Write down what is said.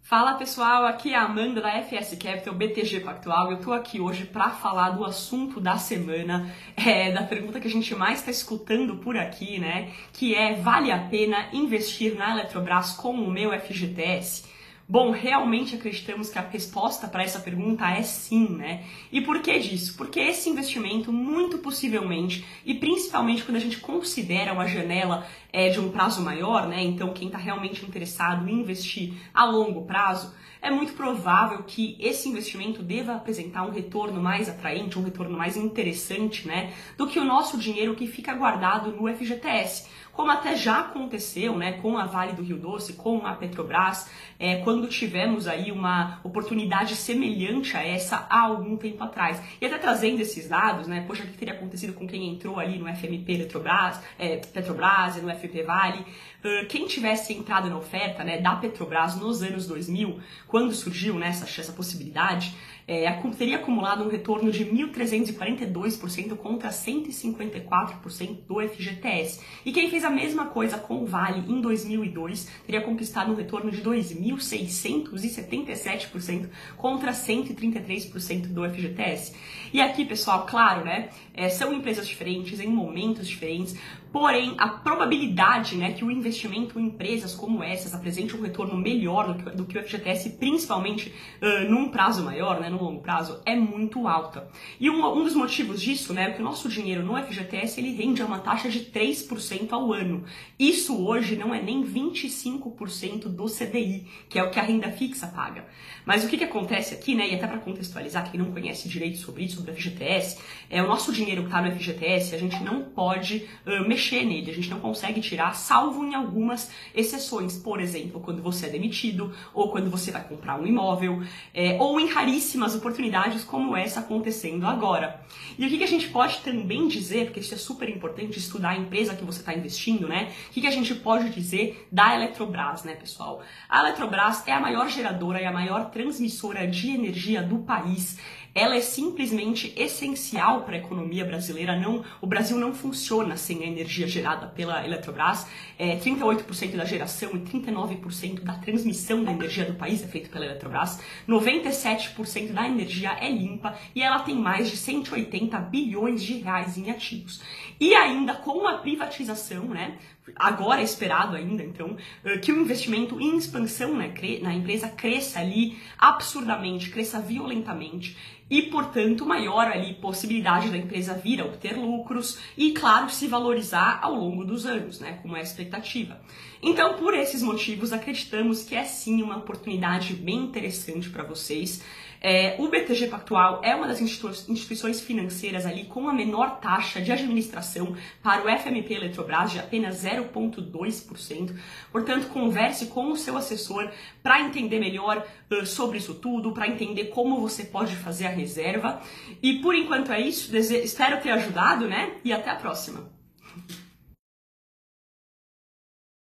Fala pessoal, aqui é a Amanda da FS Capital BTG Pactual. Eu tô aqui hoje para falar do assunto da semana, da pergunta que a gente mais está escutando por aqui, né? Que é: vale a pena investir na Eletrobras com o meu FGTS? Bom, realmente acreditamos que a resposta para essa pergunta é sim, né? E por que disso? Porque esse investimento, muito possivelmente, e principalmente quando a gente considera uma janela de um prazo maior, né? Então, quem está realmente interessado em investir a longo prazo, é muito provável que esse investimento deva apresentar um retorno mais atraente, um retorno mais interessante, né? Do que o nosso dinheiro que fica guardado no FGTS. Como até já aconteceu, né, com a Vale do Rio Doce, com a Petrobras, quando tivemos aí uma oportunidade semelhante a essa há algum tempo atrás. E até trazendo esses dados, né, poxa, o que teria acontecido com quem entrou ali no FMP Petrobras e no FP Vale? Quem tivesse entrado na oferta, né, da Petrobras nos anos 2000, quando surgiu, né, essa possibilidade, teria acumulado um retorno de 1.342% contra 154% do FGTS. E quem fez a mesma coisa com o Vale em 2002 teria conquistado um retorno de 2.677% contra 133% do FGTS. E aqui, pessoal, claro, né, são empresas diferentes, em momentos diferentes, porém a probabilidade, né, que o investimento em empresas como essas apresente um retorno melhor do que o FGTS, principalmente num prazo maior, né, no longo prazo, é muito alta. E um dos motivos disso, né, é que o nosso dinheiro no FGTS ele rende a uma taxa de 3% ao ano. Isso hoje não é nem 25% do CDI, que é o que a renda fixa paga. Mas o que acontece aqui, né, e até para contextualizar, quem não conhece direito sobre isso, sobre o FGTS, o nosso dinheiro que está no FGTS, a gente não pode mexer nele, a gente não consegue tirar, salvo em algumas exceções. Por exemplo, quando você é demitido, ou quando você vai comprar um imóvel, ou em raríssimas oportunidades como essa acontecendo agora. E o que a gente pode também dizer, porque isso é super importante, estudar a empresa que você está investindo, né? O que a gente pode dizer da Eletrobras, né, pessoal? A Eletrobras é a maior geradora e a maior transmissora de energia do país. Ela é simplesmente essencial para a economia brasileira. O Brasil não funciona sem a energia gerada pela Eletrobras. 38% da geração e 39% da transmissão da energia do país é feito pela Eletrobras. 97% da energia é limpa e ela tem mais de 180 bilhões de reais em ativos. E ainda com a privatização, né, agora é esperado ainda, então, que o investimento em expansão na empresa cresça ali absurdamente, cresça violentamente e, portanto, maior ali possibilidade da empresa vir a obter lucros e, claro, se valorizar ao longo dos anos, né, como é a expectativa. Então, por esses motivos, acreditamos que é sim uma oportunidade bem interessante para vocês. O BTG Pactual é uma das instituições financeiras ali com a menor taxa de administração para o FMP Eletrobras, de apenas 0,2%. Portanto, converse com o seu assessor para entender melhor sobre isso tudo, para entender como você pode fazer a reserva. E por enquanto é isso. Espero ter ajudado, né? E até a próxima.